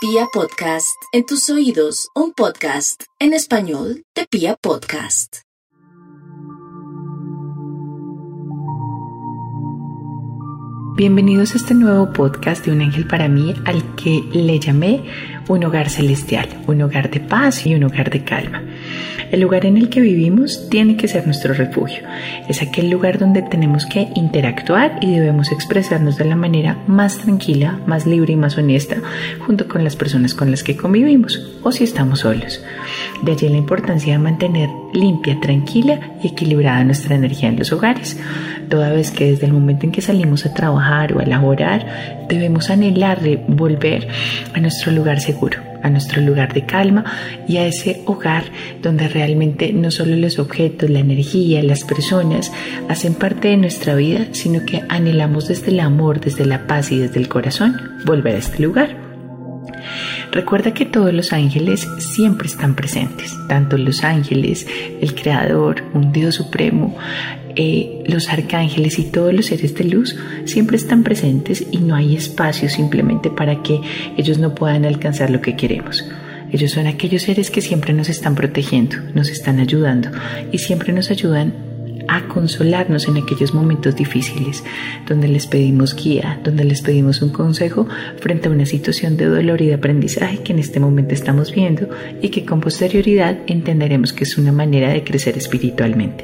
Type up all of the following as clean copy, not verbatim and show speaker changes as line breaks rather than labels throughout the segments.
Pia Podcast, en tus oídos, un podcast en español de Pia Podcast.
Bienvenidos a este nuevo podcast de Un Ángel para mí, al que le llamé un hogar celestial, un hogar de paz y un hogar de calma. El lugar en el que vivimos tiene que ser nuestro refugio. Es aquel lugar donde tenemos que interactuar y debemos expresarnos de la manera más tranquila, más libre y más honesta junto con las personas con las que convivimos o si estamos solos. De allí la importancia de mantener limpia, tranquila y equilibrada nuestra energía en los hogares. Toda vez que desde el momento en que salimos a trabajar o a laborar, debemos anhelar de volver a nuestro lugar seguro, a nuestro lugar de calma y a ese hogar donde realmente no solo los objetos, la energía, las personas hacen parte de nuestra vida, sino que anhelamos desde el amor, desde la paz y desde el corazón volver a este lugar. Recuerda que todos los ángeles siempre están presentes, tanto los ángeles, el Creador, un Dios supremo, los arcángeles y todos los seres de luz siempre están presentes y no hay espacio simplemente para que ellos no puedan alcanzar lo que queremos. Ellos son aquellos seres que siempre nos están protegiendo, nos están ayudando y siempre nos ayudan a consolarnos en aquellos momentos difíciles, donde les pedimos guía, donde les pedimos un consejo frente a una situación de dolor y de aprendizaje que en este momento estamos viendo y que con posterioridad entenderemos que es una manera de crecer espiritualmente.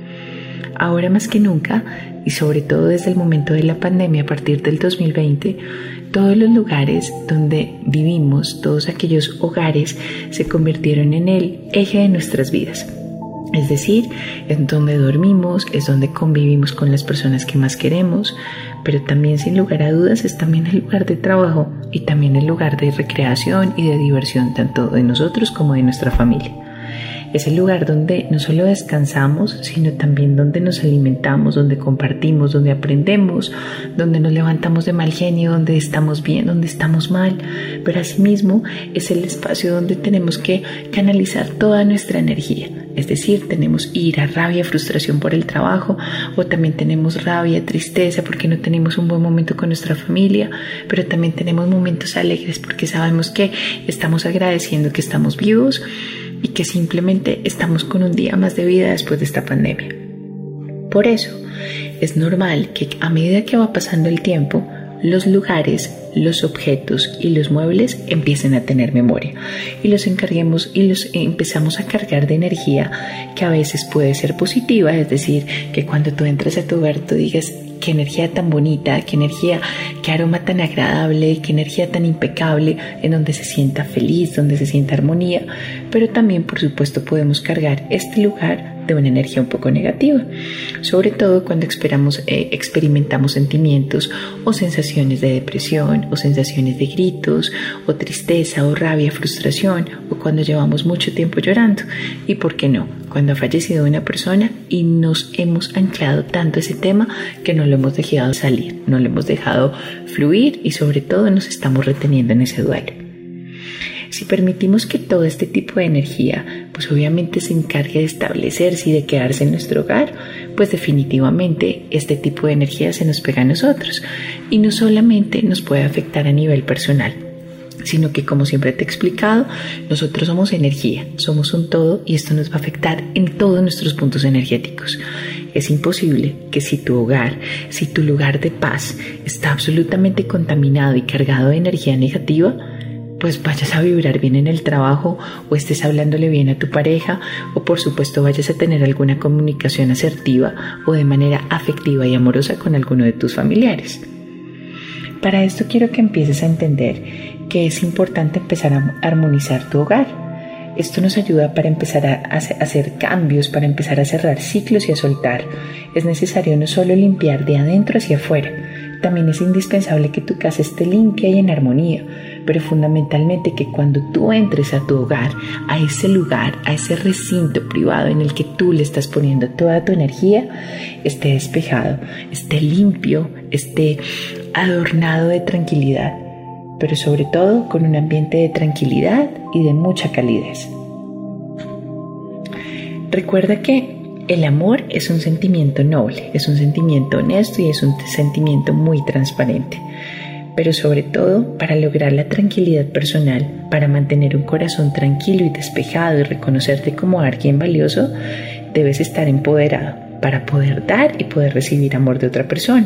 Ahora más que nunca, y sobre todo desde el momento de la pandemia a partir del 2020, todos los lugares donde vivimos, todos aquellos hogares se convirtieron en el eje de nuestras vidas. Es decir, es donde dormimos, es donde convivimos con las personas que más queremos, pero también sin lugar a dudas es también el lugar de trabajo y también el lugar de recreación y de diversión tanto de nosotros como de nuestra familia. Es el lugar donde no solo descansamos, sino también donde nos alimentamos, donde compartimos, donde aprendemos, donde nos levantamos de mal genio, donde estamos bien, donde estamos mal. Pero asimismo es el espacio donde tenemos que canalizar toda nuestra energía. Es decir, tenemos ira, rabia, frustración por el trabajo, o también tenemos rabia, tristeza porque no tenemos un buen momento con nuestra familia, pero también tenemos momentos alegres porque sabemos que estamos agradeciendo que estamos vivos y que simplemente estamos con un día más de vida después de esta pandemia. Por eso es normal que a medida que va pasando el tiempo, los lugares, los objetos y los muebles empiecen a tener memoria y los encarguemos y los empezamos a cargar de energía que a veces puede ser positiva, es decir, que cuando tú entras a tu hogar tú digas qué energía tan bonita, qué energía, qué aroma tan agradable, qué energía tan impecable, en donde se sienta feliz, donde se sienta armonía, pero también por supuesto podemos cargar este lugar de una energía un poco negativa, sobre todo cuando experimentamos sentimientos o sensaciones de depresión o sensaciones de gritos o tristeza o rabia, frustración o cuando llevamos mucho tiempo llorando y por qué no, cuando ha fallecido una persona y nos hemos anclado tanto a ese tema que no lo hemos dejado salir, no lo hemos dejado fluir y sobre todo nos estamos reteniendo en ese duelo. Si permitimos que todo este tipo de energía, pues obviamente se encargue de establecerse y de quedarse en nuestro hogar, pues definitivamente este tipo de energía se nos pega a nosotros y no solamente nos puede afectar a nivel personal, sino que como siempre te he explicado, nosotros somos energía, somos un todo y esto nos va a afectar en todos nuestros puntos energéticos. Es imposible que si tu hogar, si tu lugar de paz está absolutamente contaminado y cargado de energía negativa, pues vayas a vibrar bien en el trabajo o estés hablándole bien a tu pareja o por supuesto vayas a tener alguna comunicación asertiva o de manera afectiva y amorosa con alguno de tus familiares. Para esto quiero que empieces a entender que es importante empezar a armonizar tu hogar. Esto nos ayuda para empezar a hacer cambios, para empezar a cerrar ciclos y a soltar. Es necesario no solo limpiar de adentro hacia afuera, también es indispensable que tu casa esté limpia y en armonía, pero fundamentalmente que cuando tú entres a tu hogar, a ese lugar, a ese recinto privado en el que tú le estás poniendo toda tu energía, esté despejado, esté limpio, esté adornado de tranquilidad, pero sobre todo con un ambiente de tranquilidad y de mucha calidez. Recuerda que el amor es un sentimiento noble, es un sentimiento honesto y es un sentimiento muy transparente. pero sobre todo para lograr la tranquilidad personal, para mantener un corazón tranquilo y despejado y reconocerte como alguien valioso, debes estar empoderado para poder dar y poder recibir amor de otra persona.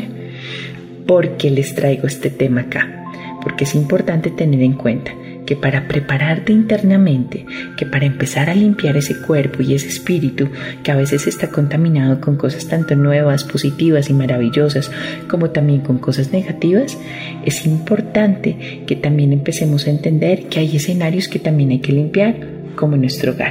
¿Por qué les traigo este tema acá? Porque es importante tener en cuenta que para prepararte internamente, que para empezar a limpiar ese cuerpo y ese espíritu que a veces está contaminado con cosas tanto nuevas, positivas y maravillosas, como también con cosas negativas, es importante que también empecemos a entender que hay escenarios que también hay que limpiar, como nuestro hogar.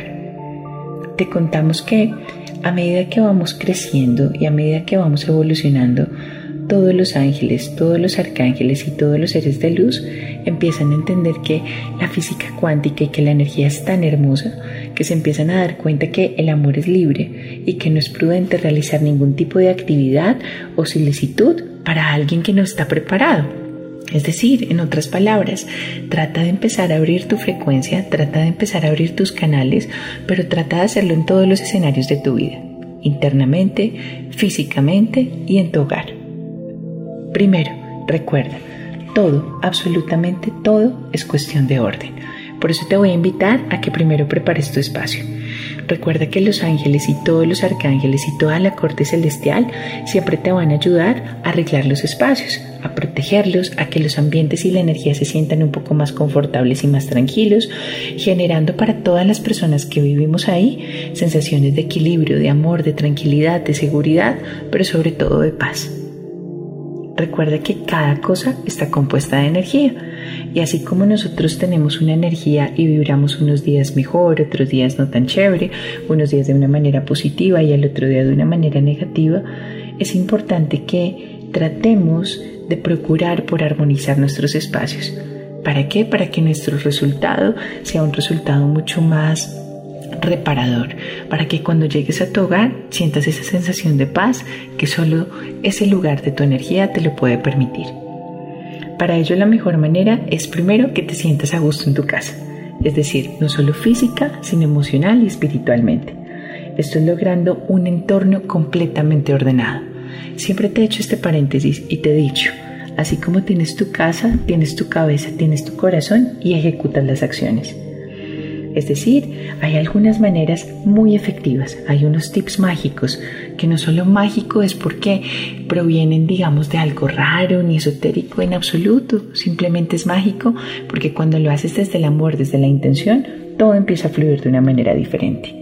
Te contamos que a medida que vamos creciendo y a medida que vamos evolucionando, todos los ángeles, todos los arcángeles y todos los seres de luz empiezan a entender que la física cuántica y que la energía es tan hermosa que se empiezan a dar cuenta que el amor es libre y que no es prudente realizar ningún tipo de actividad o solicitud para alguien que no está preparado. Es decir, en otras palabras, trata de empezar a abrir tu frecuencia, trata de empezar a abrir tus canales, pero trata de hacerlo en todos los escenarios de tu vida, internamente, físicamente y en tu hogar. Primero, recuerda, todo, absolutamente todo, es cuestión de orden. Por eso te voy a invitar a que primero prepares tu espacio. Recuerda que los ángeles y todos los arcángeles y toda la corte celestial siempre te van a ayudar a arreglar los espacios, a protegerlos, a que los ambientes y la energía se sientan un poco más confortables y más tranquilos, generando para todas las personas que vivimos ahí sensaciones de equilibrio, de amor, de tranquilidad, de seguridad, pero sobre todo de paz. Recuerda que cada cosa está compuesta de energía y así como nosotros tenemos una energía y vibramos unos días mejor, otros días no tan chévere, unos días de una manera positiva y al otro día de una manera negativa, es importante que tratemos de procurar por armonizar nuestros espacios. ¿Para qué? Para que nuestro resultado sea un resultado mucho más reparador, para que cuando llegues a tu hogar sientas esa sensación de paz que solo ese lugar de tu energía te lo puede permitir. Para ello la mejor manera es primero que te sientas a gusto en tu casa, es decir, no solo física, sino emocional y espiritualmente. Esto es logrando un entorno completamente ordenado. Siempre te he hecho este paréntesis y te he dicho, así como tienes tu casa, tienes tu cabeza, tienes tu corazón y ejecutas las acciones. Es decir, hay algunas maneras muy efectivas, hay unos tips mágicos, que no solo mágico es porque provienen, digamos, de algo raro ni esotérico en absoluto, simplemente es mágico porque cuando lo haces desde el amor, desde la intención, todo empieza a fluir de una manera diferente.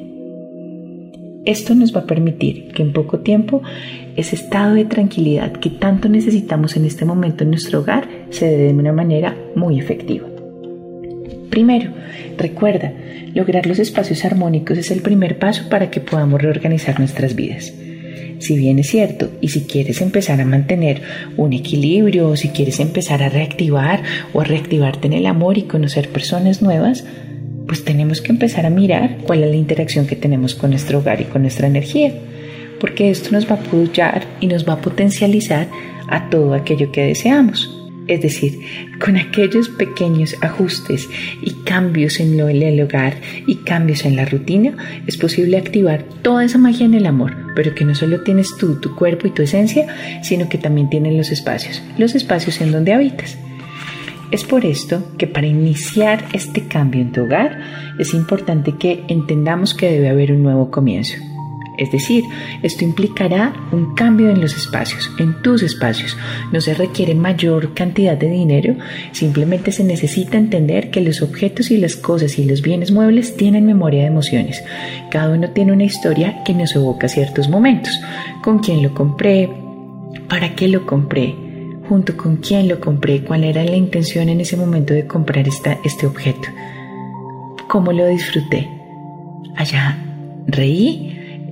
Esto nos va a permitir que en poco tiempo ese estado de tranquilidad que tanto necesitamos en este momento en nuestro hogar se dé de una manera muy efectiva. Primero, recuerda, lograr los espacios armónicos es el primer paso para que podamos reorganizar nuestras vidas. Si bien es cierto, y si quieres empezar a mantener un equilibrio, o si quieres empezar a reactivar o a reactivarte en el amor y conocer personas nuevas, pues tenemos que empezar a mirar cuál es la interacción que tenemos con nuestro hogar y con nuestra energía, porque esto nos va a apoyar y nos va a potencializar a todo aquello que deseamos. Es decir, con aquellos pequeños ajustes y cambios en el hogar y cambios en la rutina, es posible activar toda esa magia en el amor, pero que no solo tienes tú, tu cuerpo y tu esencia, sino que también tienen los espacios en donde habitas. Es por esto que para iniciar este cambio en tu hogar, es importante que entendamos que debe haber un nuevo comienzo. Es decir, esto implicará un cambio en los espacios, en tus espacios. No se requiere mayor cantidad de dinero, simplemente se necesita entender que los objetos y las cosas y los bienes muebles tienen memoria de emociones. Cada uno tiene una historia que nos evoca ciertos momentos. ¿Con quién lo compré? ¿Para qué lo compré? ¿Junto con quién lo compré? ¿Cuál era la intención en ese momento de comprar este objeto? ¿Cómo lo disfruté? ¿Allá reí?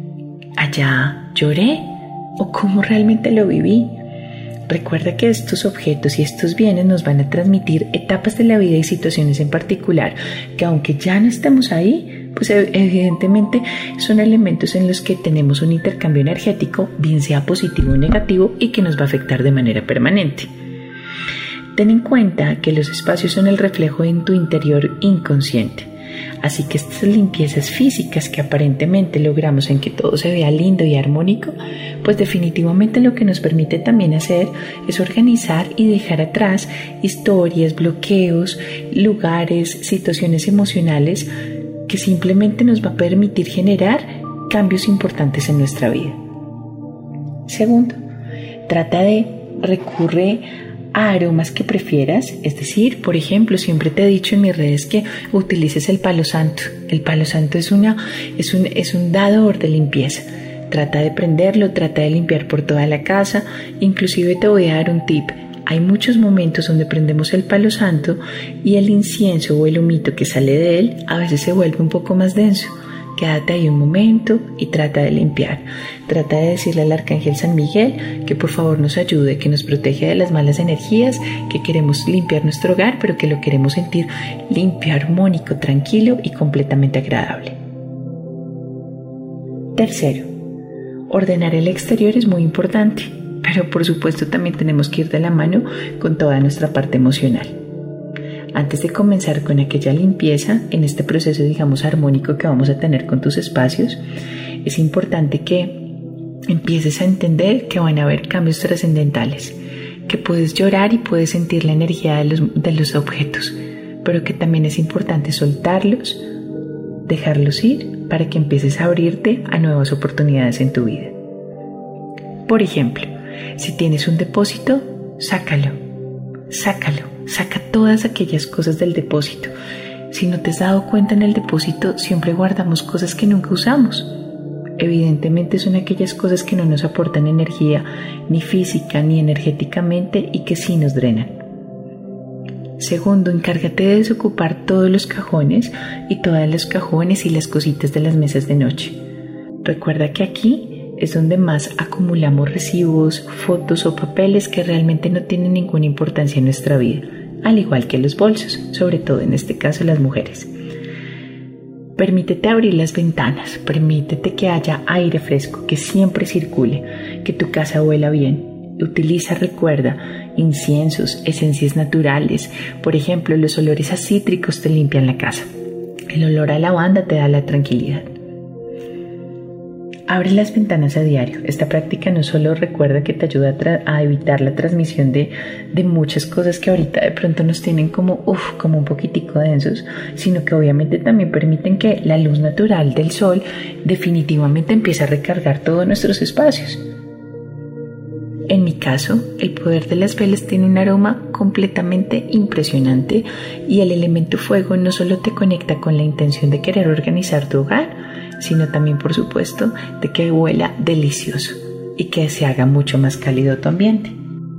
¿Allá lloré? ¿O cómo realmente lo viví? Recuerda que estos objetos y estos bienes nos van a transmitir etapas de la vida y situaciones en particular que aunque ya no estemos ahí, pues evidentemente son elementos en los que tenemos un intercambio energético, bien sea positivo o negativo, y que nos va a afectar de manera permanente. Ten en cuenta que los espacios son el reflejo en tu interior inconsciente. Así que estas limpiezas físicas que aparentemente logramos en que todo se vea lindo y armónico, pues definitivamente lo que nos permite también hacer es organizar y dejar atrás historias, bloqueos, lugares, situaciones emocionales que simplemente nos va a permitir generar cambios importantes en nuestra vida. Segundo, trata de recurrir a aromas que prefieras, es decir, por ejemplo, siempre te he dicho en mis redes que utilices el palo santo. El palo santo es un dador de limpieza. Trata de prenderlo, trata de limpiar por toda la casa. Inclusive te voy a dar un tip. Hay muchos momentos donde prendemos el palo santo y el incienso o el humito que sale de él a veces se vuelve un poco más denso. Quédate ahí un momento y trata de limpiar. Trata de decirle al Arcángel San Miguel que por favor nos ayude, que nos proteja de las malas energías, que queremos limpiar nuestro hogar, pero que lo queremos sentir limpio, armónico, tranquilo y completamente agradable. Tercero, ordenar el exterior es muy importante, pero por supuesto también tenemos que ir de la mano con toda nuestra parte emocional. Antes de comenzar con aquella limpieza, en este proceso, digamos, armónico que vamos a tener con tus espacios, es importante que empieces a entender que van a haber cambios trascendentales, que puedes llorar y puedes sentir la energía de los objetos, pero que también es importante soltarlos, dejarlos ir para que empieces a abrirte a nuevas oportunidades en tu vida. Por ejemplo, si tienes un depósito, sácalo. Saca todas aquellas cosas del depósito. Si no te has dado cuenta, en el depósito siempre guardamos cosas que nunca usamos. Evidentemente son aquellas cosas que no nos aportan energía, ni física ni energéticamente, y que sí nos drenan. Segundo, encárgate de desocupar todos los cajones y todas los cajones y las cositas de las mesas de noche. Recuerda que aquí es donde más acumulamos recibos, fotos o papeles que realmente no tienen ninguna importancia en nuestra vida, al igual que los bolsos, sobre todo en este caso las mujeres. Permítete abrir las ventanas, permítete que haya aire fresco, que siempre circule, que tu casa huela bien. Recuerda, inciensos, esencias naturales. Por ejemplo, los olores a cítricos te limpian la casa. El olor a lavanda te da la tranquilidad. Abre las ventanas a diario. Esta práctica no solo recuerda que te ayuda a evitar la transmisión de muchas cosas que ahorita de pronto nos tienen como un poquitico densos, sino que obviamente también permiten que la luz natural del sol definitivamente empiece a recargar todos nuestros espacios. En mi caso, el poder de las velas tiene un aroma completamente impresionante, y el elemento fuego no solo te conecta con la intención de querer organizar tu hogar, sino también, por supuesto, de que huela delicioso y que se haga mucho más cálido tu ambiente.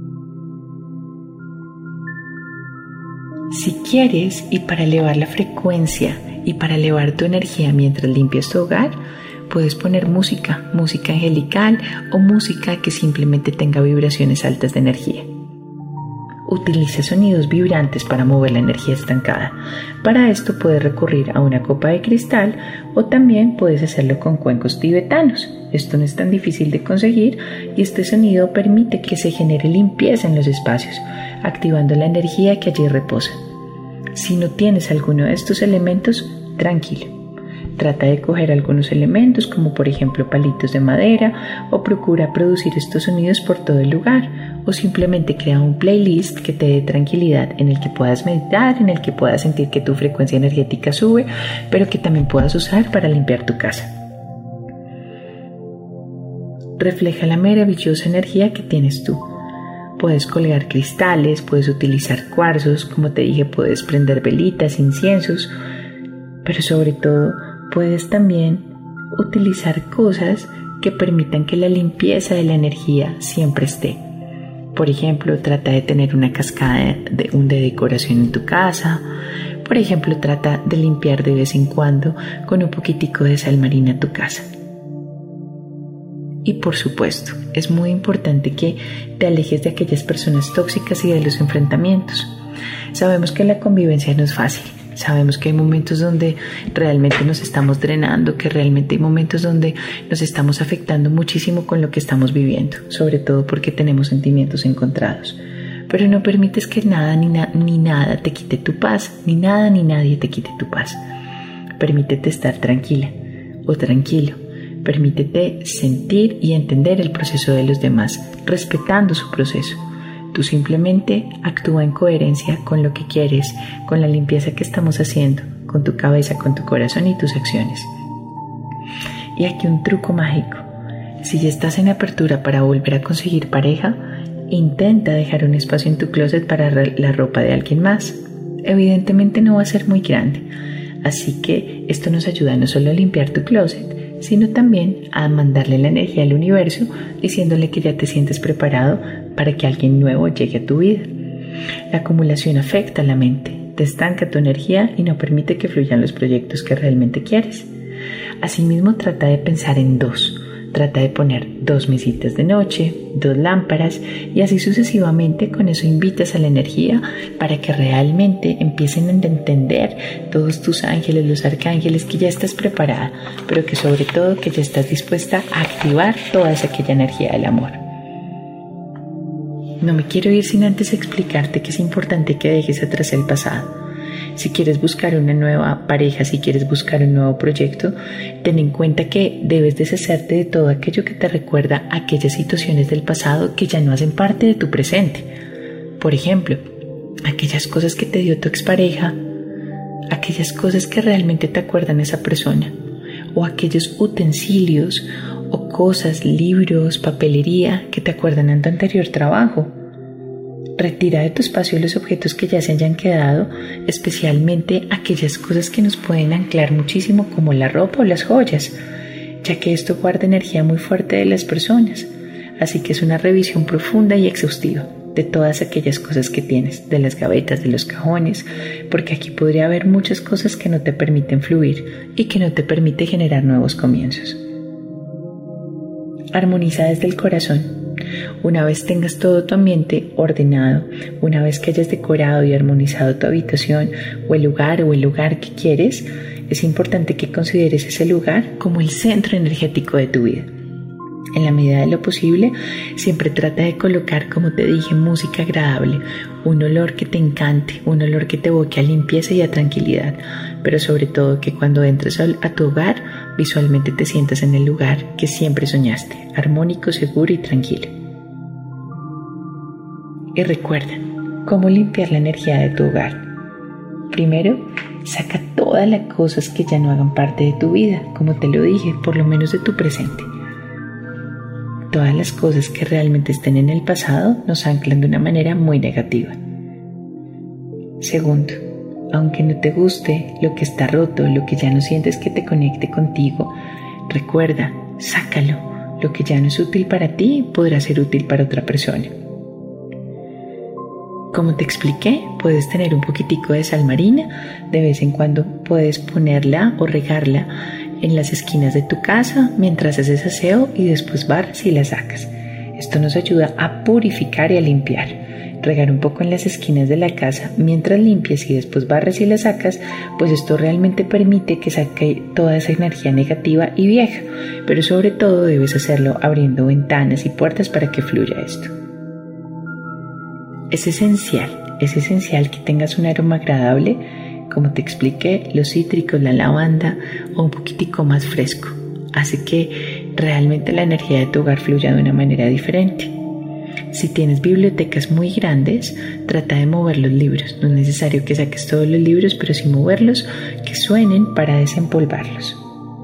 Si quieres, y para elevar la frecuencia y para elevar tu energía mientras limpias tu hogar, puedes poner música angelical o música que simplemente tenga vibraciones altas de energía. Utiliza sonidos vibrantes para mover la energía estancada. Para esto puedes recurrir a una copa de cristal, o también puedes hacerlo con cuencos tibetanos. Esto no es tan difícil de conseguir, y este sonido permite que se genere limpieza en los espacios, activando la energía que allí reposa. Si no tienes alguno de estos elementos, tranquilo. Trata de coger algunos elementos, como por ejemplo palitos de madera, o procura producir estos sonidos por todo el lugar, o simplemente crea un playlist que te dé tranquilidad, en el que puedas meditar, en el que puedas sentir que tu frecuencia energética sube, pero que también puedas usar para limpiar tu casa. Refleja la maravillosa energía que tienes tú. Puedes colgar cristales, puedes utilizar cuarzos, como te dije, puedes prender velitas, inciensos, pero sobre todo puedes también utilizar cosas que permitan que la limpieza de la energía siempre esté. Por ejemplo, trata de tener una cascada de decoración en tu casa. Por ejemplo, trata de limpiar de vez en cuando con un poquitico de sal marina tu casa. Y por supuesto, es muy importante que te alejes de aquellas personas tóxicas y de los enfrentamientos. Sabemos que la convivencia no es fácil. Sabemos que hay momentos donde realmente nos estamos drenando, que realmente hay momentos donde nos estamos afectando muchísimo con lo que estamos viviendo, sobre todo porque tenemos sentimientos encontrados. Pero no permites que nada ni nada te quite tu paz, ni nada ni nadie te quite tu paz. permítete estar tranquila o tranquilo. Permítete sentir y entender el proceso de los demás, respetando su proceso. Tú simplemente actúa en coherencia con lo que quieres, con la limpieza que estamos haciendo, con tu cabeza, con tu corazón y tus acciones. Y aquí un truco mágico. Si ya estás en apertura para volver a conseguir pareja, intenta dejar un espacio en tu closet para la ropa de alguien más. Evidentemente no va a ser muy grande, así que esto nos ayuda no solo a limpiar tu closet, sino también a mandarle la energía al universo diciéndole que ya te sientes preparado para que alguien nuevo llegue a tu vida. La acumulación afecta a la mente, te estanca tu energía y no permite que fluyan los proyectos que realmente quieres. Asimismo, trata de pensar en 2. Trata de poner 2 mesitas de noche, 2 lámparas y así sucesivamente. Con eso invitas a la energía para que realmente empiecen a entender todos tus ángeles, los arcángeles, que ya estás preparada, pero que sobre todo que ya estás dispuesta a activar toda aquella energía del amor. No me quiero ir sin antes explicarte que es importante que dejes atrás el pasado. Si quieres buscar una nueva pareja, si quieres buscar un nuevo proyecto, ten en cuenta que debes deshacerte de todo aquello que te recuerda a aquellas situaciones del pasado que ya no hacen parte de tu presente. Por ejemplo, aquellas cosas que te dio tu expareja, aquellas cosas que realmente te acuerdan a esa persona, o aquellos utensilios o cosas, libros, papelería que te acuerdan a tu anterior trabajo. Retira de tu espacio los objetos que ya se hayan quedado, especialmente aquellas cosas que nos pueden anclar muchísimo, como la ropa o las joyas, ya que esto guarda energía muy fuerte de las personas. Así que es una revisión profunda y exhaustiva de todas aquellas cosas que tienes, de las gavetas, de los cajones, porque aquí podría haber muchas cosas que no te permiten fluir y que no te permite generar nuevos comienzos. Armoniza desde el corazón. Una vez tengas todo tu ambiente ordenado, una vez que hayas decorado y armonizado tu habitación o el lugar que quieres, es importante que consideres ese lugar como el centro energético de tu vida. En la medida de lo posible, siempre trata de colocar, como te dije, música agradable, un olor que te encante, un olor que te evoque a limpieza y a tranquilidad, pero sobre todo que cuando entres a tu hogar, visualmente te sientas en el lugar que siempre soñaste, armónico, seguro y tranquilo. Y recuerda, ¿cómo limpiar la energía de tu hogar? Primero, saca todas las cosas que ya no hagan parte de tu vida, como te lo dije, por lo menos de tu presente. Todas las cosas que realmente estén en el pasado nos anclan de una manera muy negativa. Segundo, aunque no te guste lo que está roto, lo que ya no sientes que te conecte contigo, recuerda, sácalo. Lo que ya no es útil para ti podrá ser útil para otra persona. Como te expliqué, puedes tener un poquitico de sal marina, de vez en cuando puedes ponerla o regarla en las esquinas de tu casa mientras haces aseo y después barres y la sacas. Esto nos ayuda a purificar y a limpiar. Regar un poco en las esquinas de la casa mientras limpias y después barres y la sacas, pues esto realmente permite que saque toda esa energía negativa y vieja, pero sobre todo debes hacerlo abriendo ventanas y puertas para que fluya esto. Es esencial que tengas un aroma agradable, como te expliqué, los cítricos, la lavanda o un poquitico más fresco. Hace que realmente la energía de tu hogar fluya de una manera diferente. Si tienes bibliotecas muy grandes, trata de mover los libros. No es necesario que saques todos los libros, pero sí moverlos, que suenen para desempolvarlos.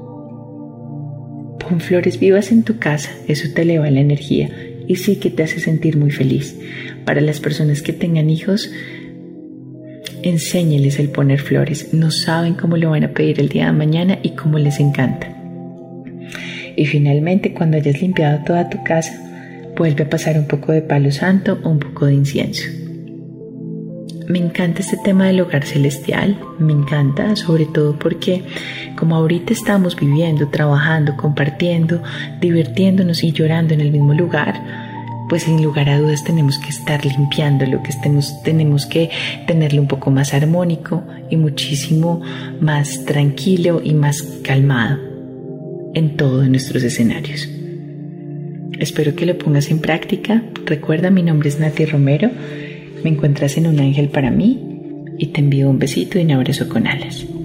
Pon flores vivas en tu casa, eso te eleva la energía y sí que te hace sentir muy feliz. Para las personas que tengan hijos, enséñeles el poner flores. No saben cómo lo van a pedir el día de mañana y cómo les encanta. Y finalmente, cuando hayas limpiado toda tu casa, vuelve a pasar un poco de palo santo o un poco de incienso. Me encanta este tema del hogar celestial, me encanta sobre todo porque como ahorita estamos viviendo, trabajando, compartiendo, divirtiéndonos y llorando en el mismo lugar, pues sin lugar a dudas tenemos que estar limpiándolo, tenemos que tenerlo un poco más armónico y muchísimo más tranquilo y más calmado en todos nuestros escenarios. Espero que lo pongas en práctica. Recuerda, mi nombre es Nati Romero. Me encuentras en Un Ángel para mí y te envío un besito y un abrazo con alas.